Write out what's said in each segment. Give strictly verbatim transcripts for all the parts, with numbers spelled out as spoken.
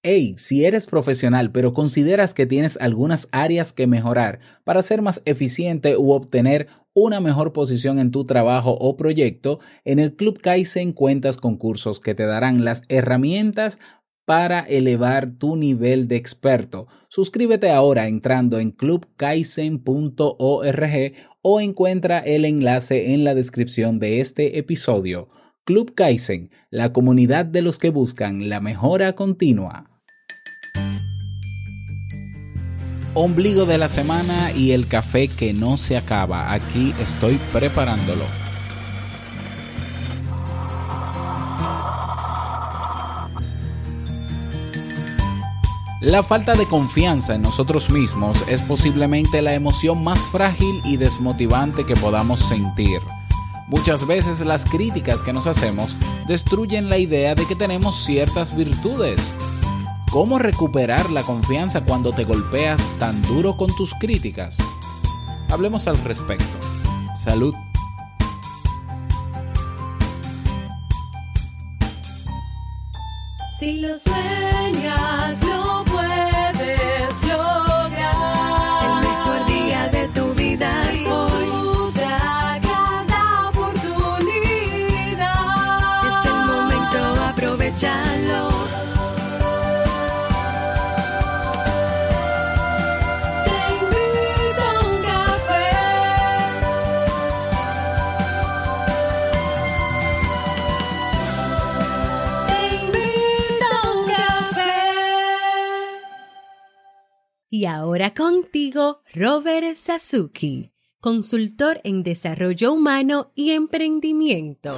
Hey, si eres profesional pero consideras que tienes algunas áreas que mejorar para ser más eficiente u obtener una mejor posición en tu trabajo o proyecto, en el Club Kaizen cuentas con cursos que te darán las herramientas para elevar tu nivel de experto. Suscríbete ahora entrando en club kaizen punto org o encuentra el enlace en la descripción de este episodio. Club Kaizen, la comunidad de los que buscan la mejora continua. Ombligo de la semana y el café que no se acaba. Aquí estoy preparándolo. La falta de confianza en nosotros mismos es posiblemente la emoción más frágil y desmotivante que podamos sentir. Muchas veces las críticas que nos hacemos destruyen la idea de que tenemos ciertas virtudes. ¿Cómo recuperar la confianza cuando te golpeas tan duro con tus críticas? Hablemos al respecto. Salud. Si lo sueñas, lo puedes lograr. El mejor día de tu vida es hoy. Disfruta cada oportunidad. Es el momento, aprovechalo. Y ahora contigo, Robert Sasuki, consultor en desarrollo humano y emprendimiento.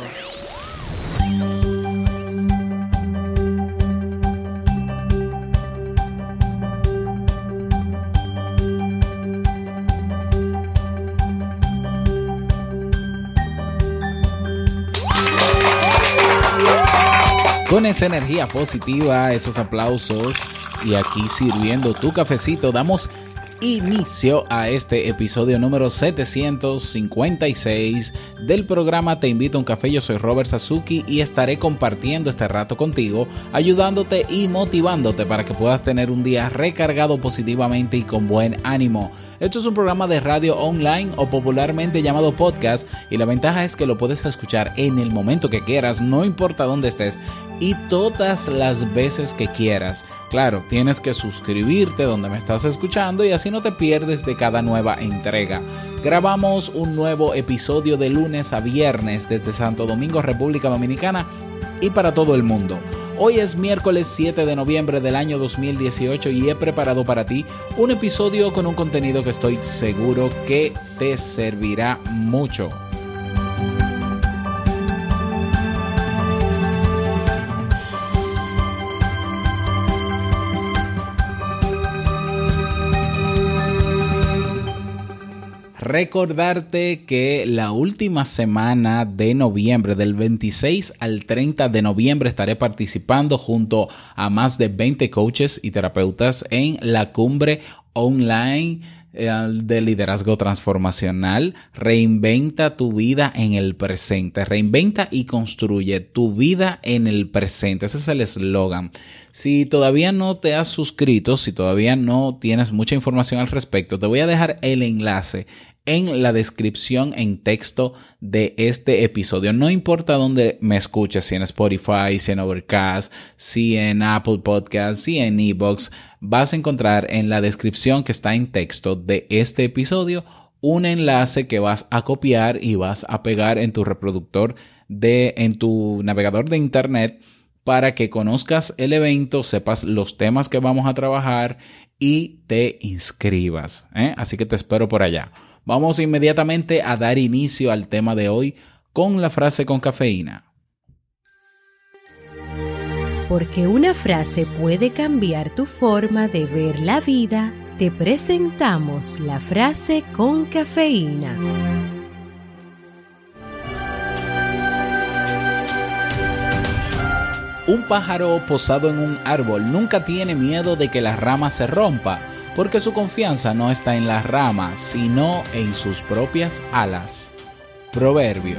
Con esa energía positiva, esos aplausos y aquí sirviendo tu cafecito, damos inicio a este episodio número setecientos cincuenta y seis del programa Te Invito a un Café. Yo soy Robert Sasuki y estaré compartiendo este rato contigo, ayudándote y motivándote para que puedas tener un día recargado positivamente y con buen ánimo. Esto es un programa de radio online o popularmente llamado podcast y la ventaja es que lo puedes escuchar en el momento que quieras, no importa dónde estés y todas las veces que quieras. Claro, tienes que suscribirte donde me estás escuchando y así no te pierdes de cada nueva entrega. Grabamos un nuevo episodio de lunes a viernes desde Santo Domingo, República Dominicana y para todo el mundo. Hoy es miércoles siete de noviembre del año dos mil dieciocho y he preparado para ti un episodio con un contenido que estoy seguro que te servirá mucho. Recordarte que la última semana de noviembre, del veintiséis al treinta de noviembre, estaré participando junto a más de veinte coaches y terapeutas en la cumbre online de liderazgo transformacional. Reinventa tu vida en el presente. Reinventa y construye tu vida en el presente. Ese es el eslogan. Si todavía no te has suscrito, si todavía no tienes mucha información al respecto, te voy a dejar el enlace en la descripción en texto de este episodio. No importa dónde me escuches, si en Spotify, si en Overcast, si en Apple Podcasts, si en iVoox, vas a encontrar en la descripción que está en texto de este episodio un enlace que vas a copiar y vas a pegar en tu reproductor de, en tu navegador de internet para que conozcas el evento, sepas los temas que vamos a trabajar y te inscribas, ¿eh? Así que te espero por allá. Vamos inmediatamente a dar inicio al tema de hoy con la frase con cafeína. Porque una frase puede cambiar tu forma de ver la vida, te presentamos la frase con cafeína. Un pájaro posado en un árbol nunca tiene miedo de que la rama se rompa, porque su confianza no está en las ramas, sino en sus propias alas. Proverbio.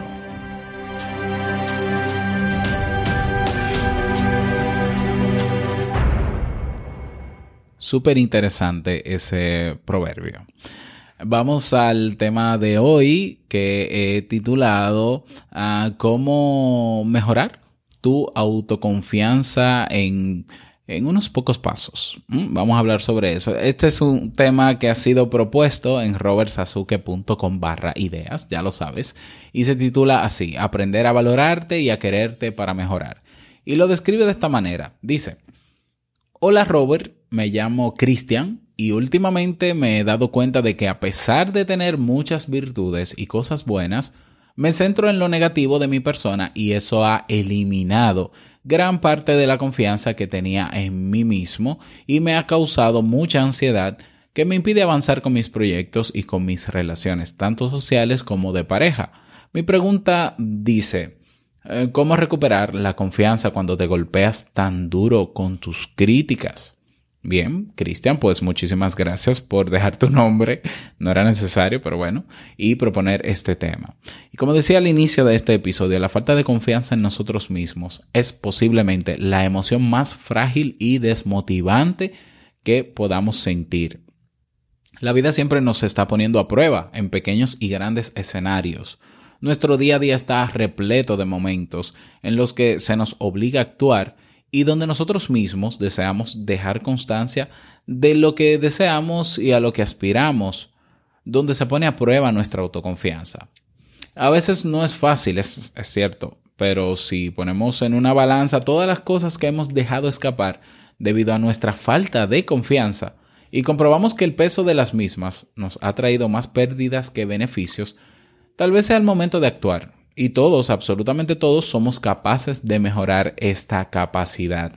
súper interesante ese proverbio. Vamos al tema de hoy que he titulado uh, ¿Cómo mejorar tu autoconfianza en, en unos pocos pasos? ¿Mm? Vamos a hablar sobre eso. Este es un tema que ha sido propuesto en robertsazuke.com barra ideas, ya lo sabes, y se titula así: Aprender a valorarte y a quererte para mejorar. Y lo describe de esta manera. Dice: Hola Robert, me llamo Cristian. Y últimamente me he dado cuenta de que a pesar de tener muchas virtudes y cosas buenas, me centro en lo negativo de mi persona y eso ha eliminado gran parte de la confianza que tenía en mí mismo y me ha causado mucha ansiedad que me impide avanzar con mis proyectos y con mis relaciones, tanto sociales como de pareja. Mi pregunta dice: ¿cómo recuperar la confianza cuando te golpeas tan duro con tus críticas? Bien, Cristian, pues muchísimas gracias por dejar tu nombre, no era necesario, pero bueno, y proponer este tema. Y como decía al inicio de este episodio, la falta de confianza en nosotros mismos es posiblemente la emoción más frágil y desmotivante que podamos sentir. La vida siempre nos está poniendo a prueba en pequeños y grandes escenarios. Nuestro día a día está repleto de momentos en los que se nos obliga a actuar y donde nosotros mismos deseamos dejar constancia de lo que deseamos y a lo que aspiramos, donde se pone a prueba nuestra autoconfianza. A veces no es fácil, es, es cierto, pero si ponemos en una balanza todas las cosas que hemos dejado escapar debido a nuestra falta de confianza y comprobamos que el peso de las mismas nos ha traído más pérdidas que beneficios, tal vez sea el momento de actuar. Y todos, absolutamente todos, somos capaces de mejorar esta capacidad.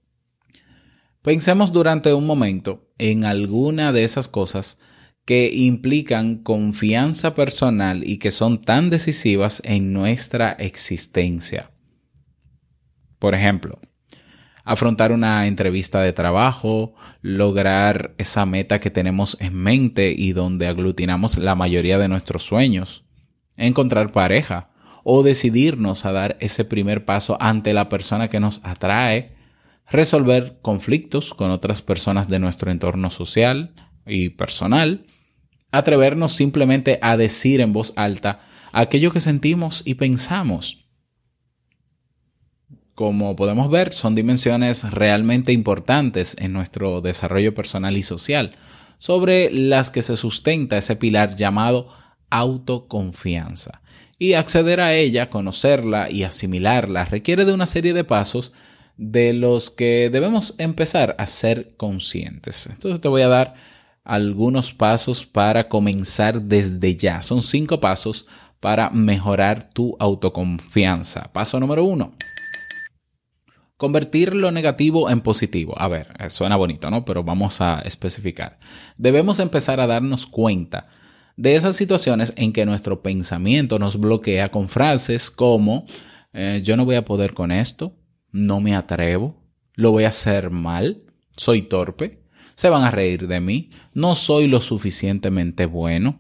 Pensemos durante un momento en alguna de esas cosas que implican confianza personal y que son tan decisivas en nuestra existencia. Por ejemplo, afrontar una entrevista de trabajo, lograr esa meta que tenemos en mente y donde aglutinamos la mayoría de nuestros sueños, encontrar pareja, o decidirnos a dar ese primer paso ante la persona que nos atrae, resolver conflictos con otras personas de nuestro entorno social y personal, atrevernos simplemente a decir en voz alta aquello que sentimos y pensamos. Como podemos ver, son dimensiones realmente importantes en nuestro desarrollo personal y social, sobre las que se sustenta ese pilar llamado autoconfianza. Y acceder a ella, conocerla y asimilarla requiere de una serie de pasos de los que debemos empezar a ser conscientes. Entonces te voy a dar algunos pasos para comenzar desde ya. Son cinco pasos para mejorar tu autoconfianza. Paso número uno: convertir lo negativo en positivo. A ver, suena bonito, ¿no? Pero vamos a especificar. Debemos empezar a darnos cuenta de esas situaciones en que nuestro pensamiento nos bloquea con frases como eh, yo no voy a poder con esto, no me atrevo, lo voy a hacer mal, soy torpe, se van a reír de mí, no soy lo suficientemente bueno.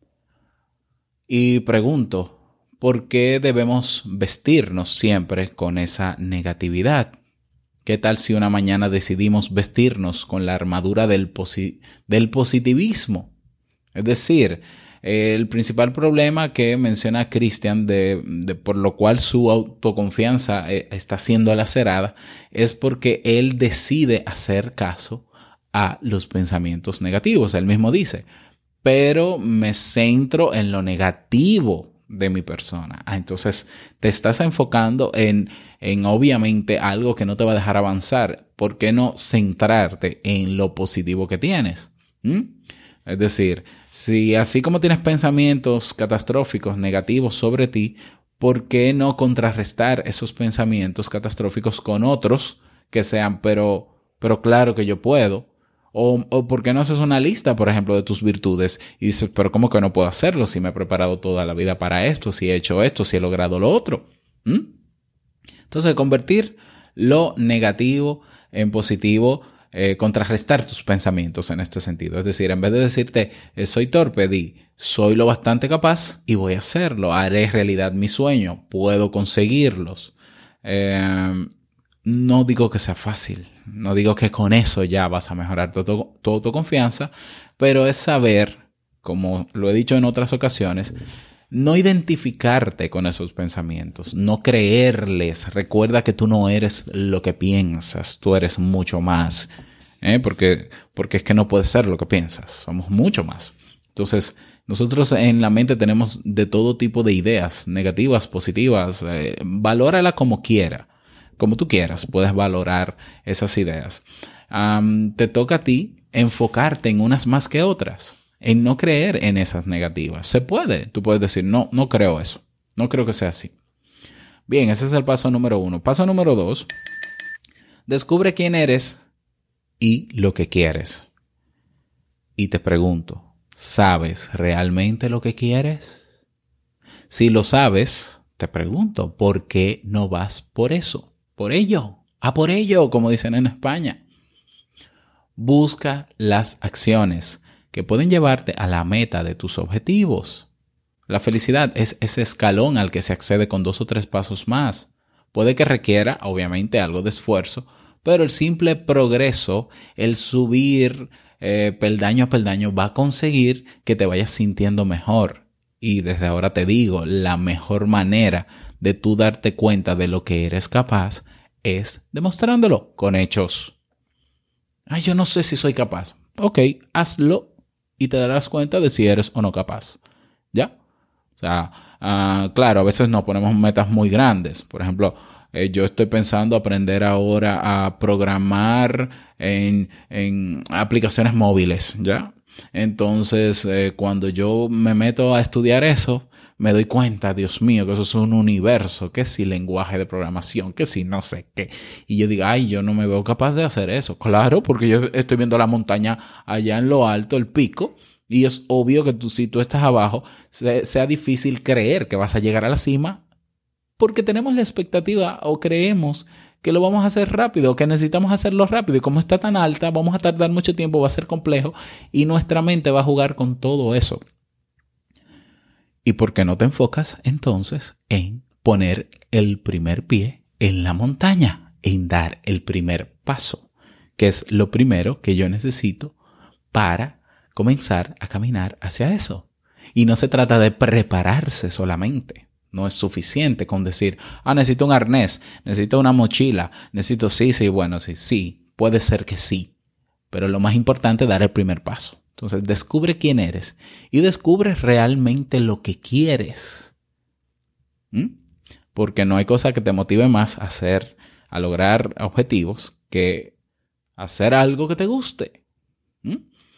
Y pregunto, ¿por qué debemos vestirnos siempre con esa negatividad? ¿Qué tal si una mañana decidimos vestirnos con la armadura del, posi- del positivismo? Es decir, eh, el principal problema que menciona Cristian, de, de, por lo cual su autoconfianza eh, está siendo lacerada, es porque él decide hacer caso a los pensamientos negativos. Él mismo dice, pero me centro en lo negativo de mi persona. Ah, entonces te estás enfocando en, en obviamente algo que no te va a dejar avanzar. ¿Por qué no centrarte en lo positivo que tienes? ¿Mm? Es decir, si así como tienes pensamientos catastróficos, negativos sobre ti, ¿por qué no contrarrestar esos pensamientos catastróficos con otros que sean, pero, pero claro que yo puedo? O, o ¿por qué no haces una lista, por ejemplo, de tus virtudes y dices, pero ¿cómo que no puedo hacerlo si me he preparado toda la vida para esto, si he hecho esto, si he logrado lo otro? ¿Mm? Entonces, convertir lo negativo en positivo, eh, contrarrestar tus pensamientos en este sentido. Es decir, en vez de decirte, eh, soy torpe, di, soy lo bastante capaz y voy a hacerlo. Haré realidad mi sueño, puedo conseguirlos. Eh, no digo que sea fácil, no digo que con eso ya vas a mejorar tu, tu, tu autoconfianza, pero es saber, como lo he dicho en otras ocasiones, no identificarte con esos pensamientos, no creerles. Recuerda que tú no eres lo que piensas, tú eres mucho más, ¿eh? porque, porque es que no puedes ser lo que piensas, somos mucho más. Entonces, nosotros en la mente tenemos de todo tipo de ideas, negativas, positivas, eh, valórala como quiera. Como tú quieras, puedes valorar esas ideas. Um, te toca a ti enfocarte en unas más que otras, en no creer en esas negativas. Se puede. Tú puedes decir, no, no creo eso. No creo que sea así. Bien, ese es el paso número uno. Paso número dos. Descubre quién eres y lo que quieres. Y te pregunto, ¿sabes realmente lo que quieres? Si lo sabes, te pregunto, ¿por qué no vas por eso? Por ello, a por ello, como dicen en España. Busca las acciones que pueden llevarte a la meta de tus objetivos. La felicidad es ese escalón al que se accede con dos o tres pasos más. Puede que requiera, obviamente, algo de esfuerzo, pero el simple progreso, el subir eh, peldaño a peldaño, va a conseguir que te vayas sintiendo mejor. Y desde ahora te digo, la mejor manera de tú darte cuenta de lo que eres capaz es demostrándolo con hechos. Ay, yo no sé si soy capaz. Ok, hazlo y te darás cuenta de si eres o no capaz. ¿Ya? O sea, uh, claro, a veces nos ponemos metas muy grandes. Por ejemplo, eh, yo estoy pensando aprender ahora a programar en, en aplicaciones móviles, ¿ya? Entonces, eh, cuando yo me meto a estudiar eso, me doy cuenta, Dios mío, que eso es un universo, que si lenguaje de programación, que si no sé qué. Y yo digo, ay, yo no me veo capaz de hacer eso. Claro, porque yo estoy viendo la montaña allá en lo alto, el pico, y es obvio que tú, si tú estás abajo, se, sea difícil creer que vas a llegar a la cima, porque tenemos la expectativa o creemos que lo vamos a hacer rápido, que necesitamos hacerlo rápido, y como está tan alta, vamos a tardar mucho tiempo, va a ser complejo, y nuestra mente va a jugar con todo eso. ¿Y por qué no te enfocas entonces en poner el primer pie en la montaña, en dar el primer paso, que es lo primero que yo necesito para comenzar a caminar hacia eso? Y no se trata de prepararse solamente. No es suficiente con decir, ah, necesito un arnés, necesito una mochila, necesito sí, sí, bueno, sí, sí, puede ser que sí. Pero lo más importante es dar el primer paso. Entonces, descubre quién eres y descubre realmente lo que quieres. ¿Mm? Porque no hay cosa que te motive más a hacer, a lograr objetivos que hacer algo que te guste. ¿Mm?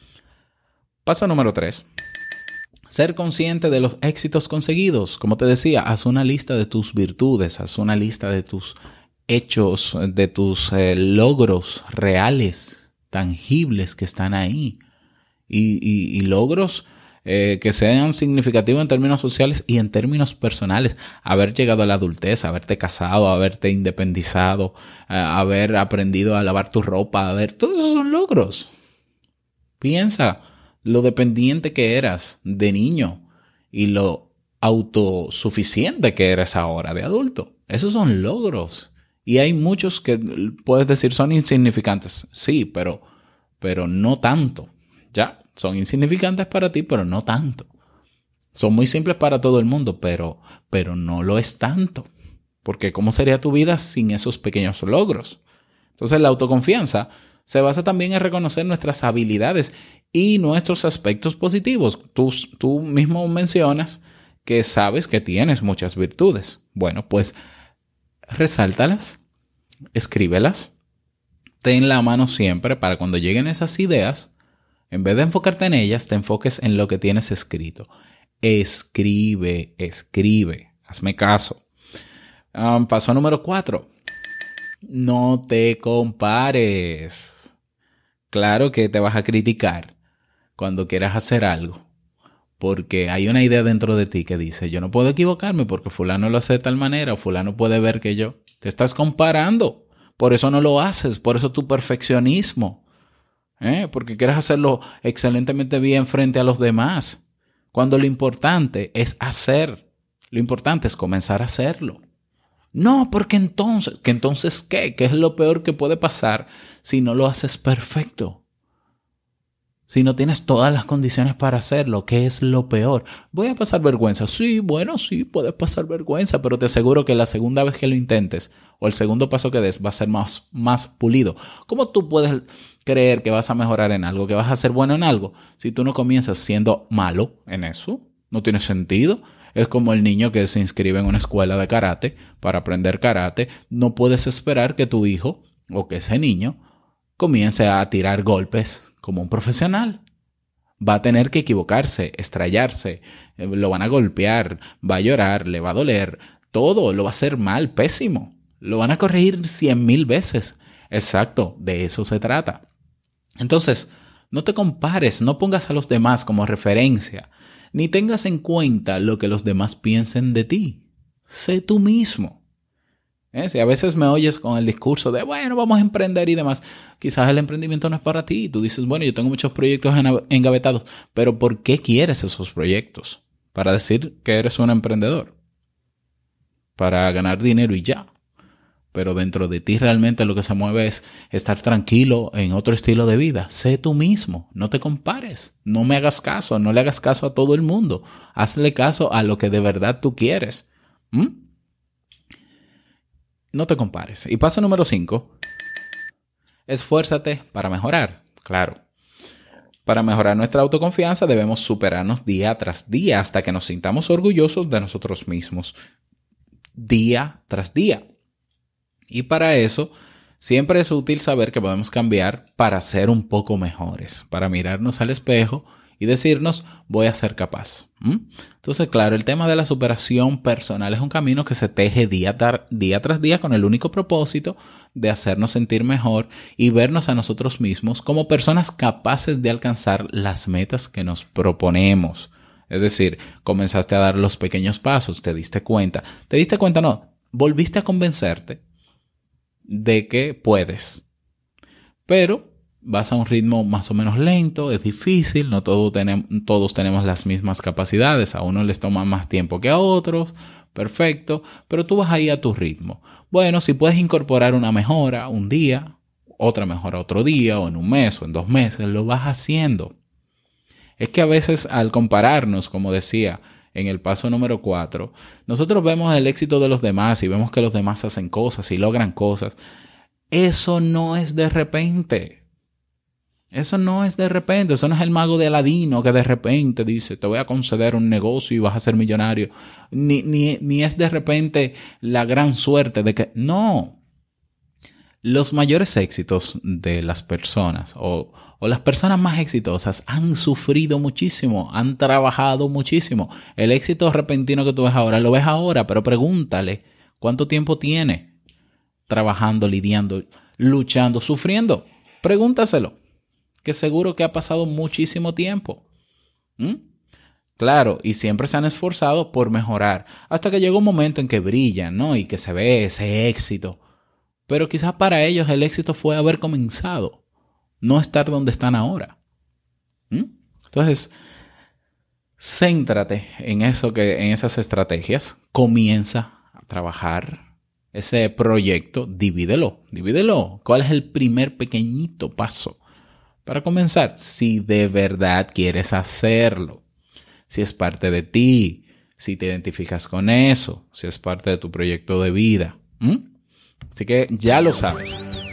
Paso número tres. Ser consciente de los éxitos conseguidos. Como te decía, haz una lista de tus virtudes, haz una lista de tus hechos, de tus eh, logros reales, tangibles que están ahí. Y, y, y logros eh, que sean significativos en términos sociales y en términos personales. Haber llegado a la adultez, haberte casado, haberte independizado, eh, haber aprendido a lavar tu ropa, haber, todos esos son logros. Piensa lo dependiente que eras de niño y lo autosuficiente que eres ahora de adulto. Esos son logros. Y hay muchos que puedes decir son insignificantes. Sí, pero, pero no tanto. Ya, son insignificantes para ti, pero no tanto. Son muy simples para todo el mundo, pero, pero no lo es tanto. Porque ¿cómo sería tu vida sin esos pequeños logros? Entonces la autoconfianza se basa también en reconocer nuestras habilidades y nuestros aspectos positivos. Tú, tú mismo mencionas que sabes que tienes muchas virtudes. Bueno, pues resáltalas, escríbelas, ten la mano siempre para cuando lleguen esas ideas, en vez de enfocarte en ellas, te enfoques en lo que tienes escrito. Escribe, escribe. Hazme caso. Um, paso número cuatro. No te compares. Claro que te vas a criticar cuando quieras hacer algo, porque hay una idea dentro de ti que dice, yo no puedo equivocarme porque fulano lo hace de tal manera o fulano puede ver que yo. Te estás comparando. Por eso no lo haces. Por eso tu perfeccionismo. ¿Eh? Porque quieres hacerlo excelentemente bien frente a los demás, cuando lo importante es hacer, lo importante es comenzar a hacerlo. No, porque entonces, ¿que entonces qué? ¿Qué es lo peor que puede pasar si no lo haces perfecto? Si no tienes todas las condiciones para hacerlo, ¿qué es lo peor? ¿Voy a pasar vergüenza? Sí, bueno, sí, puedes pasar vergüenza, pero te aseguro que la segunda vez que lo intentes o el segundo paso que des va a ser más, más pulido. ¿Cómo tú puedes creer que vas a mejorar en algo, que vas a ser bueno en algo, si tú no comienzas siendo malo en eso? No tiene sentido. Es como el niño que se inscribe en una escuela de karate para aprender karate. No puedes esperar que tu hijo o que ese niño comience a tirar golpes como un profesional. Va a tener que equivocarse, estrellarse, lo van a golpear, va a llorar, le va a doler, todo lo va a hacer mal, pésimo. Lo van a corregir cien mil veces. Exacto, de eso se trata. Entonces, no te compares, no pongas a los demás como referencia, ni tengas en cuenta lo que los demás piensen de ti. Sé tú mismo. ¿Eh? Si a veces me oyes con el discurso de, bueno, vamos a emprender y demás, quizás el emprendimiento no es para ti. Tú dices, bueno, yo tengo muchos proyectos engavetados, pero ¿por qué quieres esos proyectos? ¿Para decir que eres un emprendedor? ¿Para ganar dinero y ya? Pero dentro de ti realmente lo que se mueve es estar tranquilo en otro estilo de vida. Sé tú mismo, no te compares, no me hagas caso, no le hagas caso a todo el mundo. Hazle caso a lo que de verdad tú quieres. ¿Mm? No te compares. Y paso número cinco. Esfuérzate para mejorar. Claro. Para mejorar nuestra autoconfianza debemos superarnos día tras día hasta que nos sintamos orgullosos de nosotros mismos. Día tras día. Y para eso, siempre es útil saber que podemos cambiar para ser un poco mejores, para mirarnos al espejo y decirnos, voy a ser capaz. ¿Mm? Entonces, claro, el tema de la superación personal es un camino que se teje día, tar- día tras día con el único propósito de hacernos sentir mejor y vernos a nosotros mismos como personas capaces de alcanzar las metas que nos proponemos. Es decir, comenzaste a dar los pequeños pasos, te diste cuenta. ¿Te diste cuenta? No, volviste a convencerte de que puedes, pero vas a un ritmo más o menos lento, es difícil, no todo tenem- todos tenemos las mismas capacidades, a unos les toma más tiempo que a otros, perfecto, pero tú vas ahí a tu ritmo. Bueno, si puedes incorporar una mejora un día, otra mejora otro día, o en un mes, o en dos meses, lo vas haciendo. Es que a veces al compararnos, como decía, en el paso número cuatro, nosotros vemos el éxito de los demás y vemos que los demás hacen cosas y logran cosas. Eso no es de repente. Eso no es de repente. Eso no es el mago de Aladino que de repente dice, te voy a conceder un negocio y vas a ser millonario. Ni, ni, ni es de repente la gran suerte de que... No. Los mayores éxitos de las personas o, o las personas más exitosas han sufrido muchísimo, han trabajado muchísimo. El éxito repentino que tú ves ahora, lo ves ahora, pero pregúntale cuánto tiempo tiene trabajando, lidiando, luchando, sufriendo. Pregúntaselo, que seguro que ha pasado muchísimo tiempo. ¿Mm? Claro, y siempre se han esforzado por mejorar, hasta que llega un momento en que brillan, ¿no? Y que se ve ese éxito. Pero quizás para ellos el éxito fue haber comenzado, no estar donde están ahora. ¿Mm? Entonces, céntrate en eso que, en esas estrategias. Comienza a trabajar ese proyecto, divídelo, divídelo. ¿Cuál es el primer pequeñito paso para comenzar? Si de verdad quieres hacerlo, si es parte de ti, si te identificas con eso, si es parte de tu proyecto de vida. ¿Mm? Así que ya lo sabes.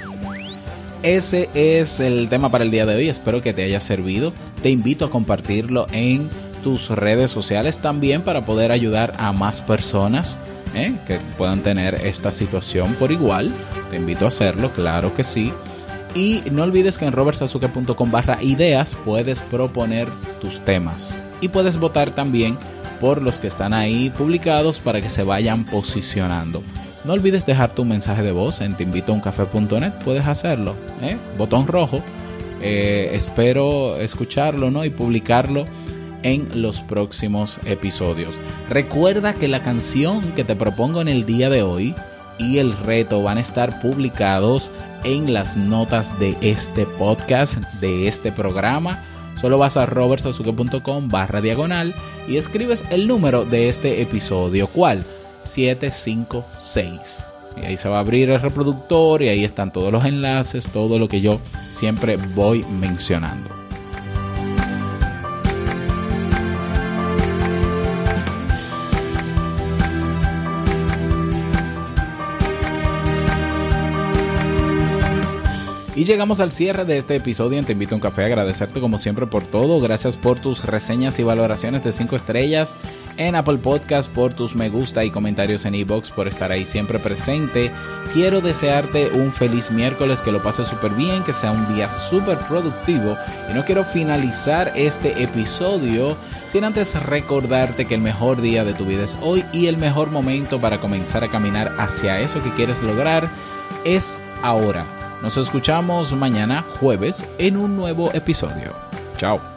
Ese es el tema para el día de hoy. Espero que te haya servido. Te invito a compartirlo en tus redes sociales también para poder ayudar a más personas ¿eh? que puedan tener esta situación por igual. Te invito a hacerlo, claro que sí. Y no olvides que en robertsazuke.com barra ideas puedes proponer tus temas. Y puedes votar también por los que están ahí publicados para que se vayan posicionando. No olvides dejar tu mensaje de voz en te invito a un café punto net. Puedes hacerlo, ¿eh? Botón rojo. Eh, espero escucharlo, ¿no? Y publicarlo en los próximos episodios. Recuerda que la canción que te propongo en el día de hoy y el reto van a estar publicados en las notas de este podcast, de este programa. Solo vas a robertsazuke.com barra diagonal y escribes el número de este episodio. ¿Cuál? siete cinco seis. Y ahí se va a abrir el reproductor y ahí están todos los enlaces, todo lo que yo siempre voy mencionando. Y llegamos al cierre de este episodio en Te Invito a un Café. Agradecerte como siempre por todo. Gracias por tus reseñas y valoraciones de cinco estrellas en Apple Podcast, por tus me gusta y comentarios en iVoox, por estar ahí siempre presente. Quiero desearte un feliz miércoles, que lo pases súper bien, que sea un día súper productivo. Y no quiero finalizar este episodio sin antes recordarte que el mejor día de tu vida es hoy y el mejor momento para comenzar a caminar hacia eso que quieres lograr es ahora. Nos escuchamos mañana jueves en un nuevo episodio. Chao.